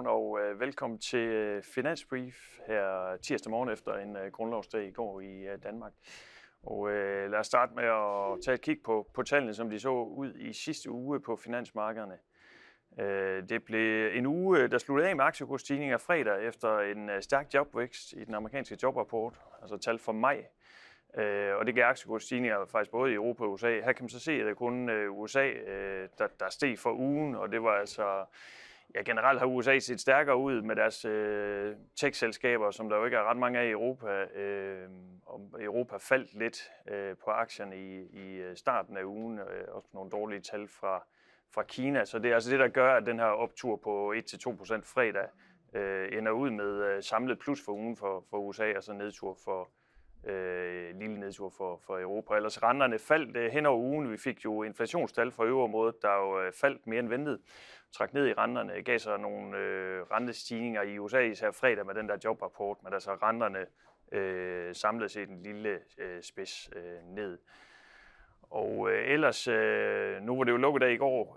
Godmorgen og velkommen til Finansbrief her tirsdag morgen efter en grundlovsdag i går i Danmark. Og lad os starte med at tage et kig på tallene, som de så ud i sidste uge på finansmarkederne. Det blev en uge, der sluttede af med aktiekursstigninger fredag efter en stærk jobvækst i den amerikanske jobrapport, altså tal for maj. Og det gav aktiekursstigninger faktisk både i Europa og USA. Her kan man så se, at det er kun USA, der steg for ugen, og det var altså... Ja, generelt har USA set stærkere ud med deres tech-selskaber, som der jo ikke er ret mange af i Europa. Og Europa faldt lidt på aktierne i starten af ugen, også nogle dårlige tal fra Kina. Så det er altså det, der gør, at den her optur på 1-2% fredag ender ud med samlet plus for ugen for USA, og så nedtur lille nedtur for Europa. Ellers renterne faldt hen over ugen. Vi fik jo inflationstal fra øvreområdet, der jo faldt mere end ventet. Trak ned i renterne, gav sig nogle rentestigninger i USA især fredag med den der jobrapport, men altså renterne samlet set en lille spids ned. Og ellers, nu var det jo lukkedag i går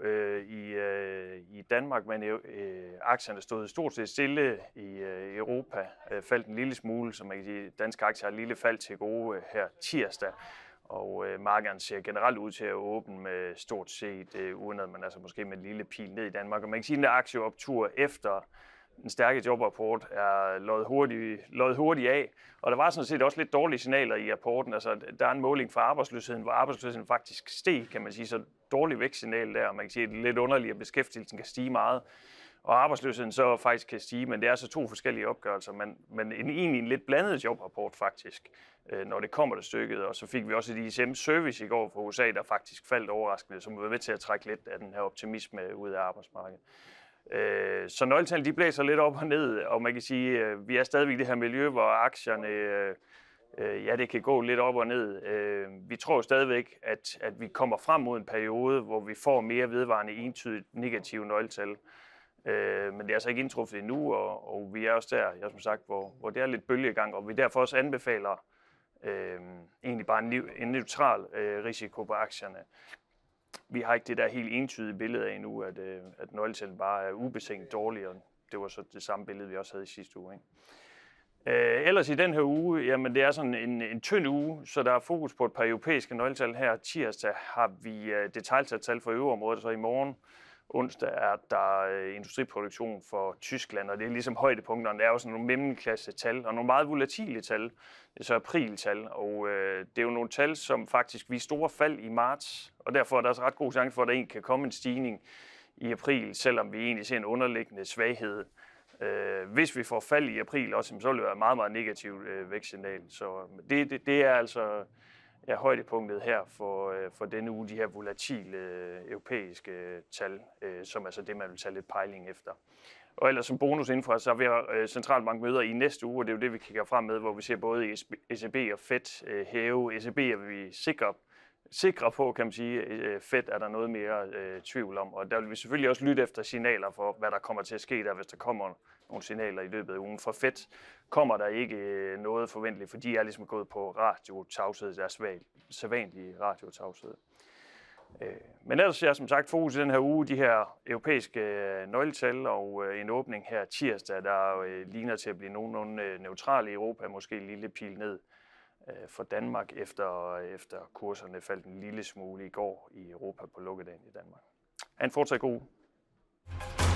i Danmark, men aktierne stod stort set stille i Europa. Faldt en lille smule, så man kan sige, danske aktier har et lille fald til gode her tirsdag. Og markederne ser generelt ud til at åbne med stort set uden at man altså måske med en lille pil ned i Danmark. Og man kan sige, at den aktieoptur efter den stærke jobrapport er løjet hurtigt af. Og der var sådan set også lidt dårlige signaler i rapporten. Altså, der er en måling for arbejdsløsheden, hvor arbejdsløsheden faktisk steg, kan man sige. Så dårlig vækstsignal der, og man kan sige, at det er lidt underligt, at beskæftigelsen kan stige meget. Og arbejdsløsheden så faktisk kan stige, men det er så to forskellige opgørelser. Men egentlig en lidt blandet jobrapport faktisk, når det kommer til stykket. Og så fik vi også et ISM-service i går fra USA, der faktisk faldt overraskende, som var med til at trække lidt af den her optimisme ud af arbejdsmarkedet. Så nøgletallene de blæser lidt op og ned, og man kan sige, at vi er stadigvæk i det her miljø, hvor aktierne, det kan gå lidt op og ned. Vi tror stadigvæk, at vi kommer frem mod en periode, hvor vi får mere vedvarende entydigt negative nøgletal. Men det er altså ikke indtruffet endnu, og vi er også der, som sagt, hvor det er lidt bølgegang, og vi derfor også anbefaler egentlig bare en neutral risiko på aktierne. Vi har ikke det der helt entydige billede af endnu, at nøgletallet bare er ubetinget dårligere. Det var så det samme billede, vi også havde i sidste uge, ikke? Ellers i den her uge, jamen det er sådan en tynd uge, så der er fokus på et par europæiske nøgletal. Her tirsdag har vi detailtal for øvreområdet, så i morgen onsdag er der industriproduktion for Tyskland, og det er ligesom højdepunkterne. Der er jo sådan nogle mellemklasse tal og nogle meget volatile tal. Det er så apriltal, og det er jo nogle tal, som faktisk viser store fald i marts, og derfor er der også ret god chance for, at der egentlig kan komme en stigning i april, selvom vi egentlig ser en underliggende svaghed. Hvis vi får fald i april også, så vil det være et meget, meget negativt vækstsignal. Så det er altså højdepunktet her for denne uge, de her volatile europæiske tal, som er så det, man vil tage lidt pejling efter. Og ellers som bonus infra, så har vi centralbankmøder i næste uge, og det er jo det, vi kigger frem med, hvor vi ser både ECB og Fed hæve. ECB er vi sikre på, kan man sige. Fed er der noget mere tvivl om, og der vil vi selvfølgelig også lytte efter signaler for, hvad der kommer til at ske der, hvis der kommer nogle signaler i løbet af ugen. For Fed kommer der ikke noget forventeligt, for de er ligesom gået på radiotavshed, deres sædvanlige radiotavshed. Men ellers er som sagt fokus i den her uge, de her europæiske nøgletal og en åbning her tirsdag, der ligner til at blive nogenlunde neutral i Europa, måske en lille pil ned for Danmark, efter kurserne faldt en lille smule i går i Europa på lukkedagen i Danmark. Ha' en fortsat god uge.